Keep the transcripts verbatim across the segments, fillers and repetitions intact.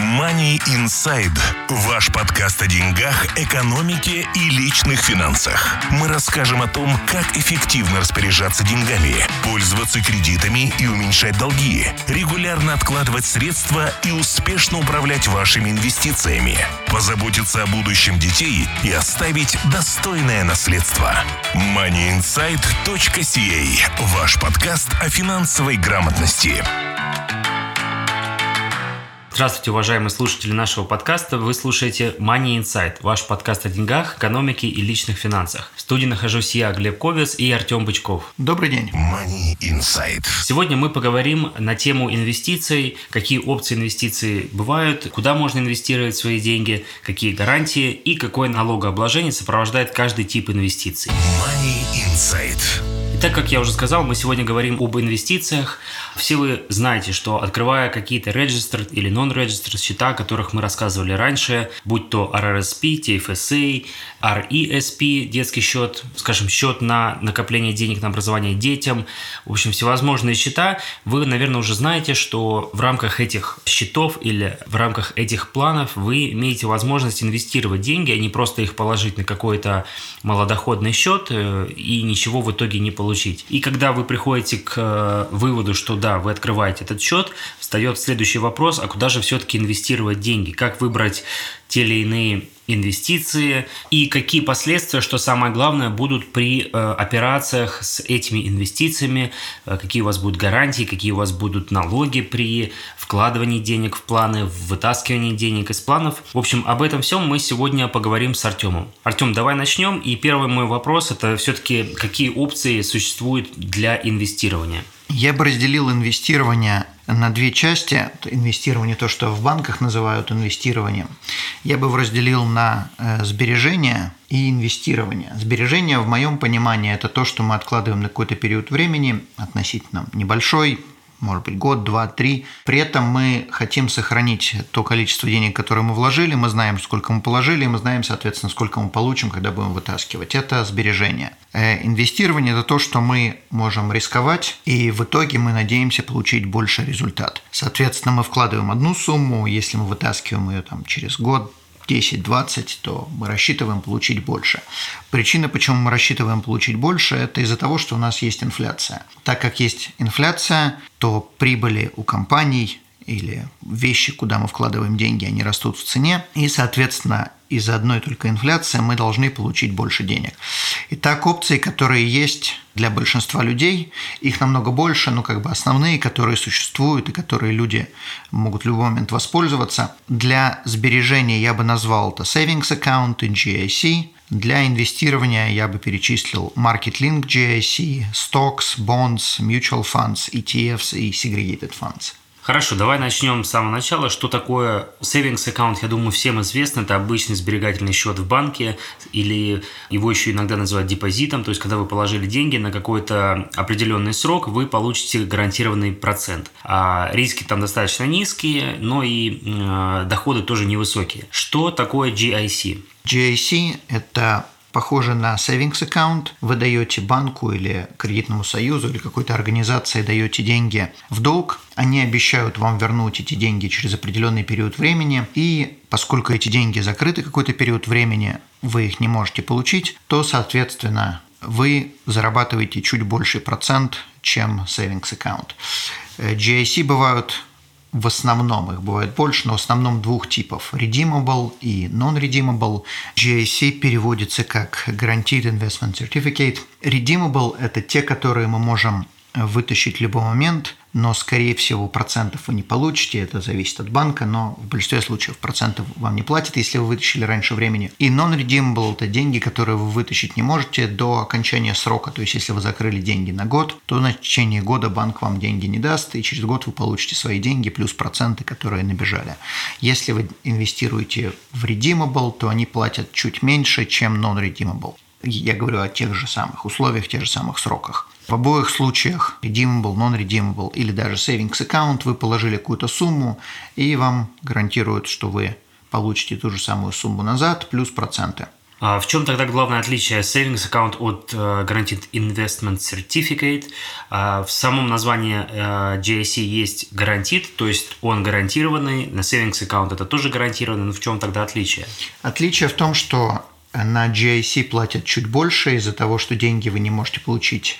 Money Inside. Ваш подкаст о деньгах, экономике и личных финансах. Мы расскажем о том, как эффективно распоряжаться деньгами, пользоваться кредитами и уменьшать долги, регулярно откладывать средства и успешно управлять вашими инвестициями, позаботиться о будущем детей и оставить достойное наследство. money inside точка си эй. Ваш подкаст о финансовой грамотности. Здравствуйте, уважаемые слушатели нашего подкаста. Вы слушаете Money Inside, ваш подкаст о деньгах, экономике и личных финансах. В студии нахожусь я, Глеб Ковец, и Артем Бычков. Добрый день. Money Inside. Сегодня мы поговорим на тему инвестиций, какие опции инвестиций бывают, куда можно инвестировать свои деньги, какие гарантии и какое налогообложение сопровождает каждый тип инвестиций. Money Inside. Итак, как я уже сказал, мы сегодня говорим об инвестициях. Все вы знаете, что открывая какие-то registered или non-registered счета, о которых мы рассказывали раньше, будь то ар ар эс пи, ти эф эс эй, ар и эс пи, детский счет, скажем, счет на накопление денег на образование детям, в общем, всевозможные счета, вы, наверное, уже знаете, что в рамках этих счетов или в рамках этих планов вы имеете возможность инвестировать деньги, а не просто их положить на какой-то малодоходный счет и ничего в итоге не получить. Получить. И когда вы приходите к выводу, что да, вы открываете этот счет, встает следующий вопрос, а куда же все-таки инвестировать деньги? Как выбрать те или иные инвестиции и какие последствия, что самое главное, будут при э, операциях с этими инвестициями, э, какие у вас будут гарантии, какие у вас будут налоги при вкладывании денег в планы, в вытаскивании денег из планов. В общем, об этом всем мы сегодня поговорим с Артемом. Артем, давай начнем. И первый мой вопрос – это все-таки какие опции существуют для инвестирования? Я бы разделил инвестирование на две части. Инвестирование, то, что в банках называют инвестированием, я бы его разделил на сбережения и инвестирование. Сбережения, в моем понимании, это то, что мы откладываем на какой-то период времени, относительно небольшой, может быть, год, два, три. При этом мы хотим сохранить то количество денег, которое мы вложили. Мы знаем, сколько мы положили, и мы знаем, соответственно, сколько мы получим, когда будем вытаскивать. Это сбережение. Инвестирование – это то, что мы можем рисковать, и в итоге мы надеемся получить больше результат. Соответственно, мы вкладываем одну сумму, если мы вытаскиваем ее там, через год, десять-двадцать, то мы рассчитываем получить больше. Причина, почему мы рассчитываем получить больше, это из-за того, что у нас есть инфляция. Так как есть инфляция, то прибыли у компаний или вещи, куда мы вкладываем деньги, они растут в цене, и, соответственно, из-за одной только инфляции мы должны получить больше денег. Итак, опции, которые есть для большинства людей, их намного больше, но как бы основные, которые существуют и которые люди могут в любой момент воспользоваться. Для сбережения я бы назвал это savings account и джи ай си. Для инвестирования я бы перечислил Market Link джи ай си, Stocks, Bonds, Mutual Funds, и ти эфс и Segregated Funds. Хорошо, давай начнем с самого начала. Что такое savings account? Я думаю, всем известно. Это обычный сберегательный счет в банке, или его еще иногда называют депозитом. То есть, когда вы положили деньги на какой-то определенный срок, вы получите гарантированный процент. А риски там достаточно низкие, но и э, доходы тоже невысокие. Что такое джи ай си? джи ай си – это похоже на savings account. Вы даете банку или кредитному союзу или какой-то организации даете деньги в долг. Они обещают вам вернуть эти деньги через определенный период времени. И поскольку эти деньги закрыты какой-то период времени, вы их не можете получить, то, соответственно, вы зарабатываете чуть больший процент, чем savings account. джи ай си бывают в основном, их бывает больше, но в основном двух типов – redeemable и non-redeemable. джи ай си переводится как Guaranteed Investment Certificate. Redeemable – это те, которые мы можем вытащить в любой момент, но, скорее всего, процентов вы не получите, это зависит от банка, но в большинстве случаев процентов вам не платят, если вы вытащили раньше времени. И non-redeemable – это деньги, которые вы вытащить не можете до окончания срока, то есть если вы закрыли деньги на год, то на течение года банк вам деньги не даст, и через год вы получите свои деньги плюс проценты, которые набежали. Если вы инвестируете в redeemable, то они платят чуть меньше, чем non-redeemable. Я говорю о тех же самых условиях, тех же самых сроках. В обоих случаях, redeemable, non-redeemable или даже savings account, вы положили какую-то сумму, и вам гарантируют, что вы получите ту же самую сумму назад, плюс проценты. А в чем тогда главное отличие Savings Account от uh, Guaranteed Investment Certificate? Uh, в самом названии uh, джи эй си есть Guaranteed, то есть он гарантированный, на Savings Account это тоже гарантированный, но в чем тогда отличие? Отличие в том, что на джи эй си платят чуть больше из-за того, что деньги вы не можете получить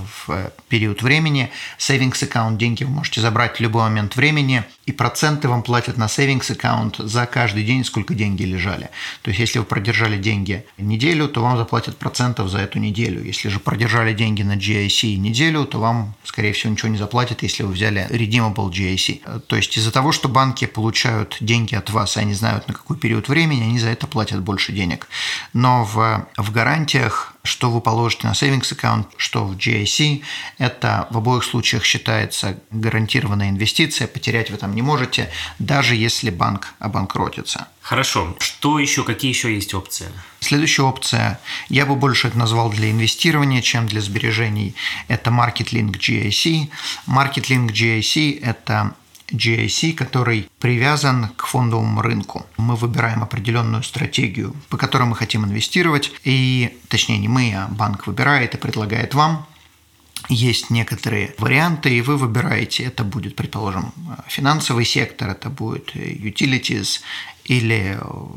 в период времени. Savings Account деньги вы можете забрать в любой момент времени, и проценты вам платят на Savings Account за каждый день, сколько деньги лежали. То есть, если вы продержали деньги неделю, то вам заплатят процентов за эту неделю. Если же продержали деньги на джи эй си неделю, то вам, скорее всего, ничего не заплатят, если вы взяли Redeemable джи эй си. То есть, из-за того, что банки получают деньги от вас, и они знают, на какой период времени, они за это платят больше денег. Но в, в гарантиях, что вы положите на Savings Account, что в джи эй си, это в обоих случаях считается гарантированная инвестиция, потерять вы там не можете, даже если банк обанкротится. Хорошо. Что еще? Какие еще есть опции? Следующая опция, я бы больше это назвал для инвестирования, чем для сбережений, это Market Link джи эй си. Market Link джи эй си – это джи эй си, который привязан к фондовому рынку. Мы выбираем определенную стратегию, по которой мы хотим инвестировать, и, точнее, не мы, а банк выбирает и предлагает вам. Есть некоторые варианты, и вы выбираете. Это будет, предположим, финансовый сектор, это будет utilities или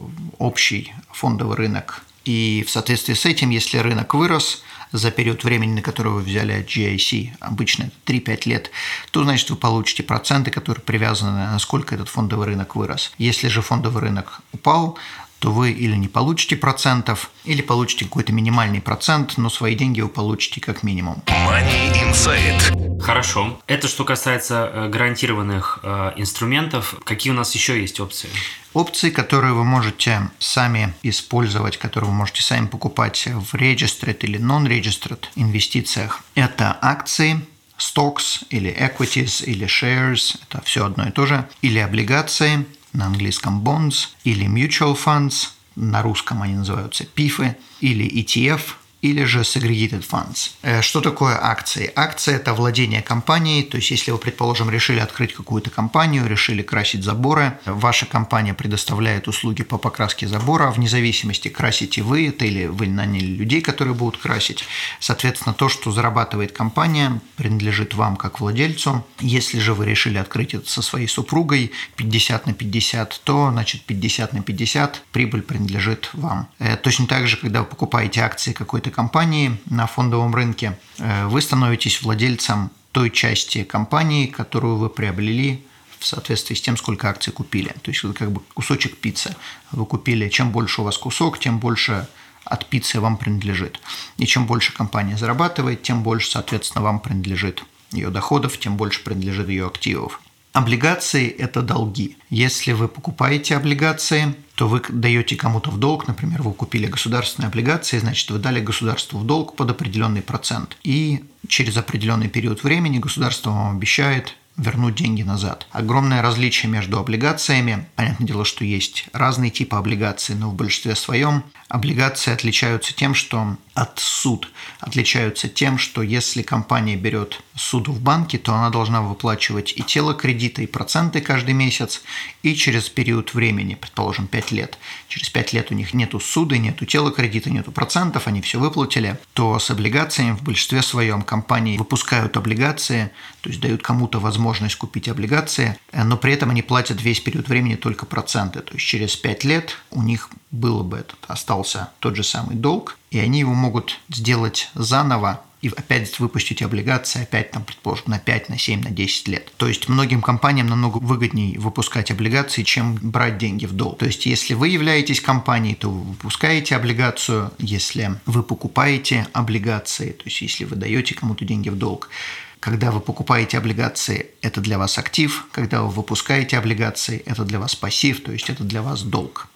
общий фондовый рынок. И в соответствии с этим, если рынок вырос за период времени, на который вы взяли от джи эй си, обычно это три-пять лет, то, значит, вы получите проценты, которые привязаны на сколько этот фондовый рынок вырос. Если же фондовый рынок упал, то вы или не получите процентов, или получите какой-то минимальный процент, но свои деньги вы получите как минимум. Money Insight. Хорошо. Это что касается гарантированных э, инструментов. Какие у нас еще есть опции? Опции, которые вы можете сами использовать, которые вы можете сами покупать в registered или non-registered инвестициях, это акции, stocks или equities или shares, это все одно и то же, или облигации, на английском bonds, или mutual funds, на русском они называются пифы, или и ти эф, или же segregated funds. Что такое акции? Акции – это владение компанией, то есть если вы, предположим, решили открыть какую-то компанию, решили красить заборы, ваша компания предоставляет услуги по покраске забора, вне зависимости, красите вы это или вы наняли людей, которые будут красить. Соответственно, то, что зарабатывает компания, принадлежит вам как владельцу. Если же вы решили открыть это со своей супругой пятьдесят на пятьдесят, то, значит, пятьдесят на пятьдесят прибыль принадлежит вам. Точно так же, когда вы покупаете акции какой-то компании на фондовом рынке, вы становитесь владельцем той части компании, которую вы приобрели в соответствии с тем, сколько акций купили. То есть это как бы кусочек пиццы. Вы купили, чем больше у вас кусок, тем больше от пиццы вам принадлежит. И чем больше компания зарабатывает, тем больше, соответственно, вам принадлежит ее доходов, тем больше принадлежит ее активов. Облигации – это долги. Если вы покупаете облигации, то вы даете кому-то в долг, например, вы купили государственные облигации, значит, вы дали государству в долг под определенный процент. И через определенный период времени государство вам обещает вернуть деньги назад. Огромное различие между облигациями. Понятное дело, что есть разные типы облигаций, но в большинстве своем облигации отличаются тем, что от суд отличаются тем, что если компания берет суду в банке, то она должна выплачивать и тело кредита, и проценты каждый месяц, и через период времени, предположим, пять лет. Через пять лет у них нету суды, нету тела кредита, нету процентов, они все выплатили. То с облигациями в большинстве своем компании выпускают облигации, то есть дают кому-то возможность купить облигации, но при этом они платят весь период времени только проценты. То есть через пять лет у них было бы этот, остался тот же самый долг, и они его могут сделать заново и опять выпустить облигации, опять, там, предположим, на пять, на семь, на десять лет. То есть многим компаниям намного выгоднее выпускать облигации, чем брать деньги в долг. То есть если вы являетесь компанией, то вы выпускаете облигацию, если вы покупаете облигации, то есть если вы даете кому-то деньги в долг. Когда вы покупаете облигации, это для вас актив, когда вы выпускаете облигации, это для вас пассив, то есть это для вас долг.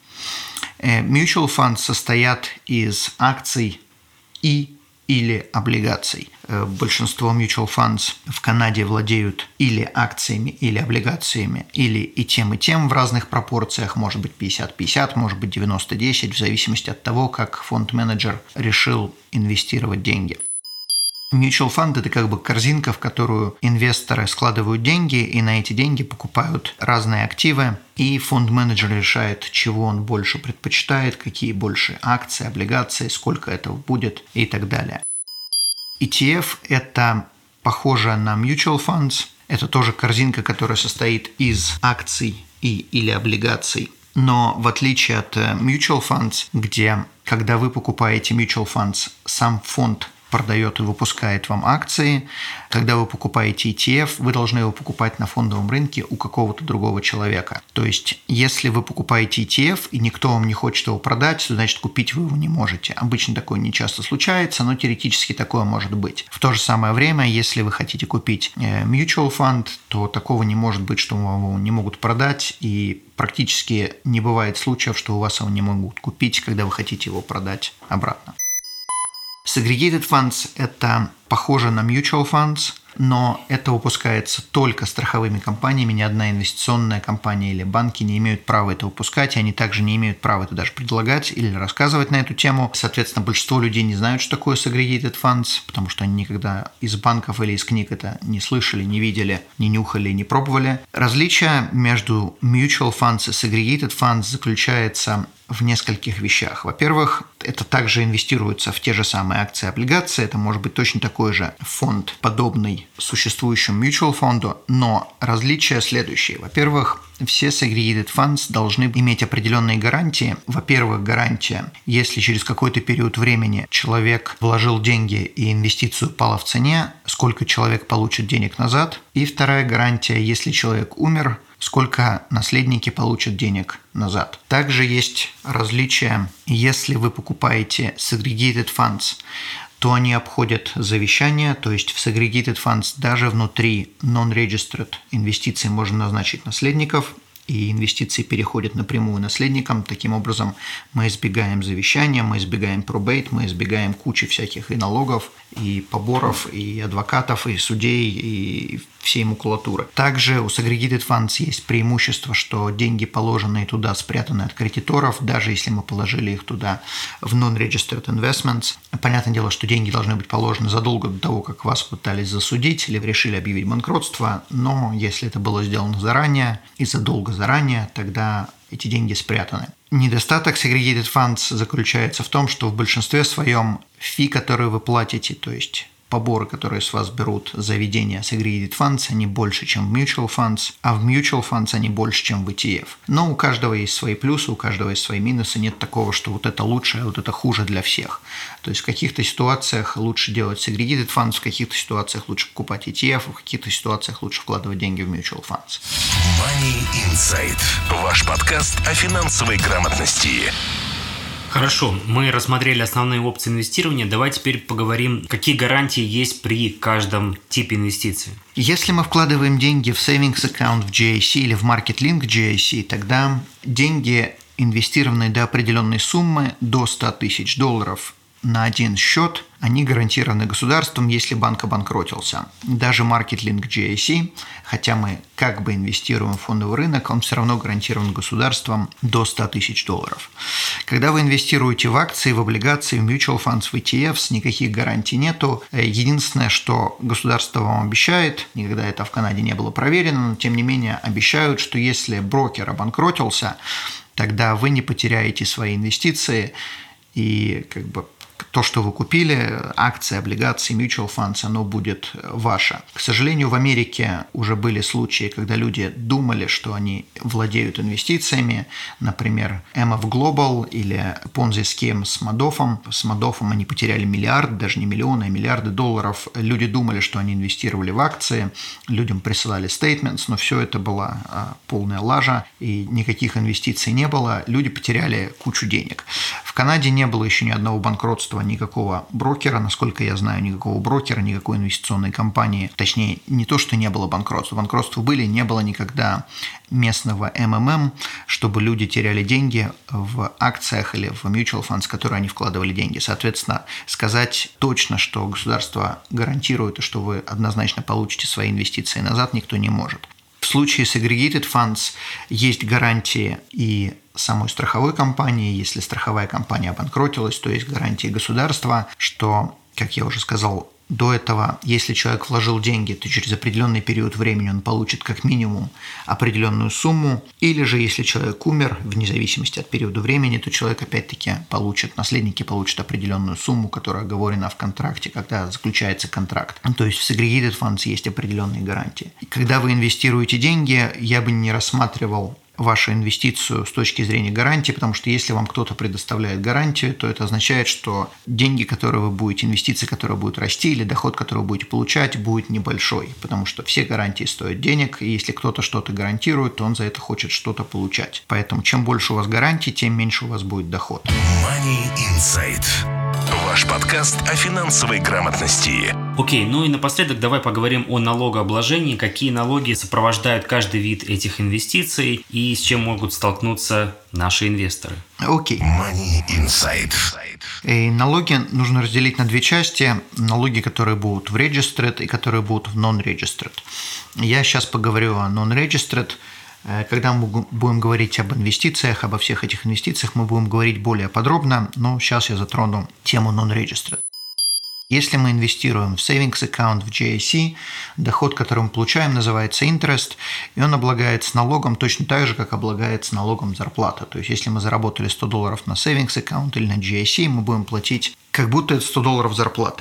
Mutual funds состоят из акций и или облигаций. Большинство mutual funds в Канаде владеют или акциями, или облигациями, или и тем, и тем в разных пропорциях, может быть пятьдесят пятьдесят, может быть девяносто десять, в зависимости от того, как фонд-менеджер решил инвестировать деньги. Mutual fund – это как бы корзинка, в которую инвесторы складывают деньги, и на эти деньги покупают разные активы, и фонд-менеджер решает, чего он больше предпочитает, какие больше акции, облигации, сколько этого будет и так далее. и ти эф – это похоже на mutual funds, это тоже корзинка, которая состоит из акций и или облигаций. Но в отличие от mutual funds, где, когда вы покупаете mutual funds, сам фонд продает и выпускает вам акции. Когда вы покупаете и ти эф, вы должны его покупать на фондовом рынке у какого-то другого человека. То есть, если вы покупаете и ти эф, и никто вам не хочет его продать, то значит купить вы его не можете. Обычно такое не часто случается, но теоретически такое может быть. В то же самое время, если вы хотите купить mutual fund, то такого не может быть, что вам его не могут продать, и практически не бывает случаев, что у вас его не могут купить, когда вы хотите его продать обратно. Segregated funds – это похоже на mutual funds, но это выпускается только страховыми компаниями. Ни одна инвестиционная компания или банки не имеют права это выпускать, и они также не имеют права это даже предлагать или рассказывать на эту тему. Соответственно, большинство людей не знают, что такое segregated funds, потому что они никогда из банков или из книг это не слышали, не видели, не нюхали, не пробовали. Различие между mutual funds и segregated funds заключается в нескольких вещах. Во-первых, это также инвестируется в те же самые акции и облигации. Это может быть точно такой же фонд, подобный существующему mutual фонду, но различия следующие. Во-первых, все segregated funds должны иметь определенные гарантии. Во-первых, гарантия, если через какой-то период времени человек вложил деньги и инвестиция упала в цене, сколько человек получит денег назад. И вторая гарантия, если человек умер, сколько наследники получат денег назад. Также есть различия, если вы покупаете segregated funds, то они обходят завещание, то есть в segregated funds даже внутри non-registered инвестиций можно назначить наследников, и инвестиции переходят напрямую наследникам. Таким образом, мы избегаем завещания, мы избегаем probate, мы избегаем кучи всяких и налогов, и поборов, и адвокатов, и судей, и всей макулатуры. Также у segregated funds есть преимущество, что деньги, положенные туда, спрятаны от кредиторов, даже если мы положили их туда в non-registered investments. Понятное дело, что деньги должны быть положены задолго до того, как вас пытались засудить или решили объявить банкротство, но если это было сделано заранее и задолго заранее, тогда эти деньги спрятаны. Недостаток segregated funds заключается в том, что в большинстве своем фи, которые вы платите, то есть поборы, которые с вас берут за ведение segregated funds, они больше, чем в mutual funds, а в mutual funds они больше, чем в и ти эф. Но у каждого есть свои плюсы, у каждого есть свои минусы. Нет такого, что вот это лучше, а вот это хуже для всех. То есть в каких-то ситуациях лучше делать segregated funds, в каких-то ситуациях лучше покупать и ти эф, в каких-то ситуациях лучше вкладывать деньги в mutual funds. Money Insight. Ваш подкаст о финансовой грамотности. Хорошо, мы рассмотрели основные опции инвестирования. Давай теперь поговорим, какие гарантии есть при каждом типе инвестиций. Если мы вкладываем деньги в savings account в джей эй си или в Market Link джей эй си, тогда деньги, инвестированные до определенной суммы, до сто тысяч долларов на один счет, они гарантированы государством, если банк обанкротился. Даже Market Link джей эй си, хотя мы как бы инвестируем в фондовый рынок, он все равно гарантирован государством до сто тысяч долларов. Когда вы инвестируете в акции, в облигации, в mutual funds, в и ти эф, никаких гарантий нету. Единственное, что государство вам обещает, никогда это в Канаде не было проверено, но тем не менее обещают, что если брокер обанкротился, тогда вы не потеряете свои инвестиции и как бы то, что вы купили, акции, облигации, mutual funds, оно будет ваше. К сожалению, в Америке уже были случаи, когда люди думали, что они владеют инвестициями, например, эм эф Global или Ponzi Scheme с Мадофом. С Мадофом они потеряли миллиарды, даже не миллионы, а миллиарды долларов. Люди думали, что они инвестировали в акции, людям присылали statements, но все это была полная лажа, и никаких инвестиций не было. Люди потеряли кучу денег. В Канаде не было еще ни одного банкротства, никакого брокера, насколько я знаю, никакого брокера, никакой инвестиционной компании. Точнее, не то, что не было банкротства. Банкротства были, не было никогда местного эм эм эм, чтобы люди теряли деньги в акциях или в mutual funds, в которые они вкладывали деньги. Соответственно, сказать точно, что государство гарантирует, и что вы однозначно получите свои инвестиции назад, никто не может. В случае с segregated funds есть гарантии и самой страховой компании. Если страховая компания обанкротилась, то есть гарантии государства, что, как я уже сказал, до этого, если человек вложил деньги, то через определенный период времени он получит как минимум определенную сумму, или же если человек умер, вне зависимости от периода времени, то человек опять-таки получит, наследники получат определенную сумму, которая оговорена в контракте, когда заключается контракт. То есть в segregated funds есть определенные гарантии. И когда вы инвестируете деньги, я бы не рассматривал вашу инвестицию с точки зрения гарантии, потому что если вам кто-то предоставляет гарантию, то это означает, что деньги, которые вы будете, инвестиции, которые будут расти, или доход, который вы будете получать, будет небольшой, потому что все гарантии стоят денег, и если кто-то что-то гарантирует, то он за это хочет что-то получать. Поэтому чем больше у вас гарантий, тем меньше у вас будет доход. Money Insight. Ваш подкаст о финансовой грамотности. Окей, ну и напоследок давай поговорим о налогообложении, какие налоги сопровождают каждый вид этих инвестиций и с чем могут столкнуться наши инвесторы. Окей. Money Insight. И налоги нужно разделить на две части. Налоги, которые будут в registered и которые будут в non-registered. Я сейчас поговорю о non-registered. Когда мы будем говорить об инвестициях, обо всех этих инвестициях, мы будем говорить более подробно, но сейчас я затрону тему non-registered. Если мы инвестируем в savings аккаунт в джей эй си, доход, который мы получаем, называется interest, и он облагается налогом точно так же, как облагается налогом зарплата. То есть, если мы заработали сто долларов на savings аккаунт или на джей эй си, мы будем платить, как будто это сто долларов зарплаты.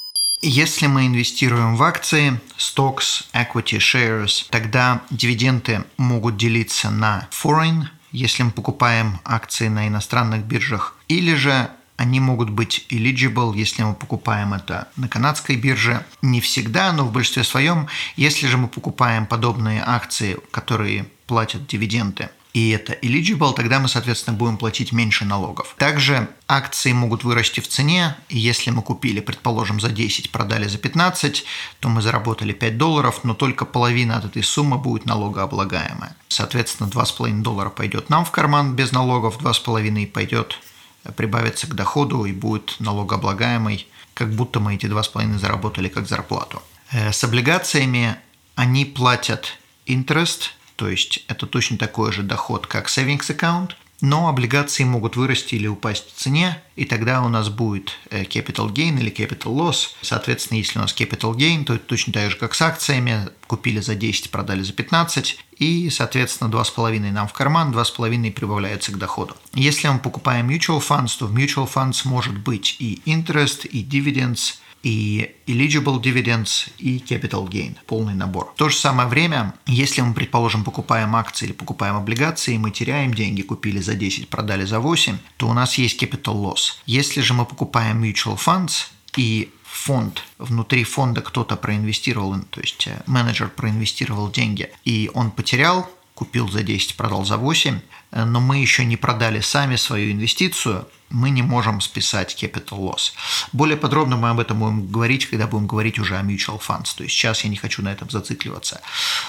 Если мы инвестируем в акции, stocks, equity, shares, тогда дивиденды могут делиться на foreign, если мы покупаем акции на иностранных биржах, или же они могут быть eligible, если мы покупаем это на канадской бирже. Не всегда, но в большинстве своем. Если же мы покупаем подобные акции, которые платят дивиденды, и это eligible, тогда мы, соответственно, будем платить меньше налогов. Также акции могут вырасти в цене, и если мы купили, предположим, за десять, продали за пятнадцать, то мы заработали пять долларов, но только половина от этой суммы будет налогооблагаемая. Соответственно, два с половиной доллара пойдет нам в карман без налогов, два с половиной пойдет, прибавится к доходу и будет налогооблагаемый, как будто мы эти два с половиной заработали как зарплату. С облигациями они платят interest, то есть это точно такой же доход, как savings аккаунт, но облигации могут вырасти или упасть в цене, и тогда у нас будет capital gain или capital loss. Соответственно, если у нас capital gain, то это точно так же, как с акциями. Купили за десять, продали за пятнадцать, и, соответственно, два с половиной нам в карман, два с половиной прибавляется к доходу. Если мы покупаем mutual funds, то в mutual funds может быть и interest, и dividends, и eligible dividends, и capital gain, полный набор. В то же самое время, если мы, предположим, покупаем акции или покупаем облигации, мы теряем деньги, купили за десять, продали за восемь, то у нас есть capital loss. Если же мы покупаем mutual funds и фонд, внутри фонда кто-то проинвестировал, то есть менеджер проинвестировал деньги, и он потерял, купил за десять, продал за восемь, но мы еще не продали сами свою инвестицию, мы не можем списать capital loss. Более подробно мы об этом будем говорить, когда будем говорить уже о mutual funds. То есть сейчас я не хочу на этом зацикливаться.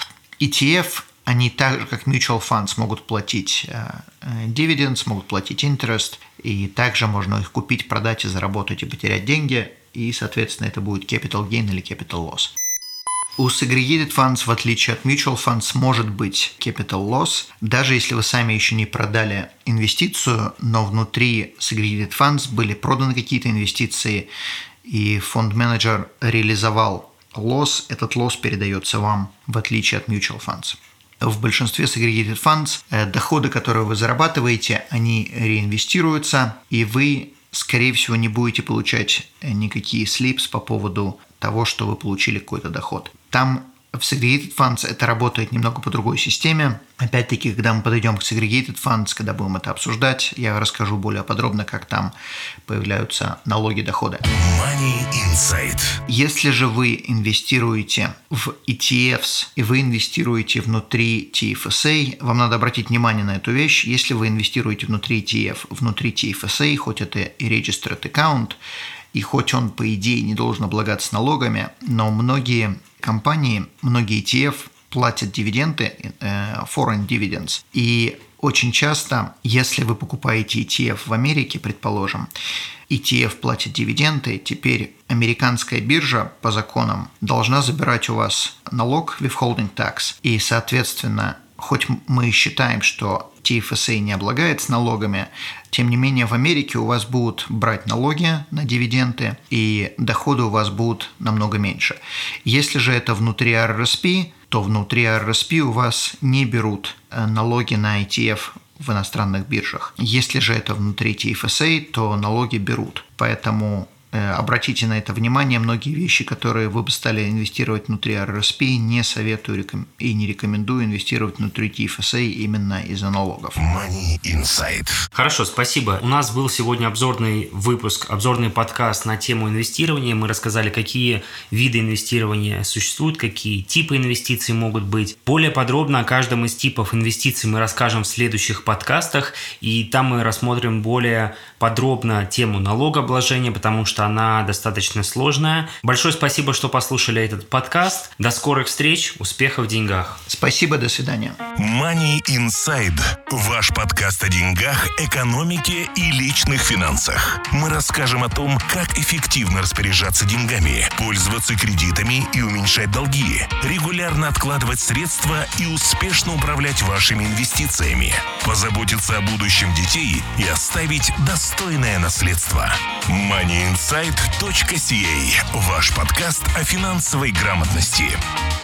и ти эф, они так же, как mutual funds, могут платить dividends, могут платить interest, и также можно их купить, продать и заработать и потерять деньги, и, соответственно, это будет capital gain или capital loss. У segregated funds, в отличие от mutual funds, может быть capital loss, даже если вы сами еще не продали инвестицию, но внутри segregated funds были проданы какие-то инвестиции, и фонд-менеджер реализовал loss, этот loss передается вам, в отличие от mutual funds. В большинстве segregated funds доходы, которые вы зарабатываете, они реинвестируются, и вы, скорее всего, не будете получать никакие слипс по поводу того, что вы получили какой-то доход. Там в segregated funds это работает немного по другой системе. Опять-таки, когда мы подойдем к segregated funds, когда будем это обсуждать, я расскажу более подробно, как там появляются налоги дохода. Money Insight. Если же вы инвестируете в и ти эфс и вы инвестируете внутри ти эф эс эй, вам надо обратить внимание на эту вещь. Если вы инвестируете внутри и ти эф, внутри ти эф эс эй, хоть это и registered account, и хоть он, по идее, не должен облагаться налогами, но многие компании, многие и ти эф платят дивиденды, foreign dividends. И очень часто, если вы покупаете и ти эф в Америке, предположим, и ти эф платит дивиденды, теперь американская биржа по законам должна забирать у вас налог withholding tax. И, соответственно, хоть мы считаем, что ти эф эс эй не облагается налогами, тем не менее в Америке у вас будут брать налоги на дивиденды, и доходы у вас будут намного меньше. Если же это внутри ар ар эс пи, то внутри ар ар эс пи у вас не берут налоги на ай ти эф в иностранных биржах. Если же это внутри ти эф эс эй, то налоги берут. Поэтому обратите на это внимание. Многие вещи, которые вы бы стали инвестировать внутри ар ар эс пи, не советую и не рекомендую инвестировать внутри ти эф эс эй именно из-за налогов. Money Insight. Хорошо, спасибо. У нас был сегодня обзорный выпуск, обзорный подкаст на тему инвестирования. Мы рассказали, какие виды инвестирования существуют, какие типы инвестиций могут быть. Более подробно о каждом из типов инвестиций мы расскажем в следующих подкастах. И там мы рассмотрим более подробно тему налогообложения, потому что она достаточно сложная. Большое спасибо, что послушали этот подкаст. До скорых встреч. Успехов в деньгах. Спасибо, до свидания. Money Inside. Ваш подкаст о деньгах, экономике и личных финансах. Мы расскажем о том, как эффективно распоряжаться деньгами, пользоваться кредитами и уменьшать долги, регулярно откладывать средства и успешно управлять вашими инвестициями, позаботиться о будущем детей и оставить достойное наследство. Money Insight точка си эй. Ваш подкаст о финансовой грамотности.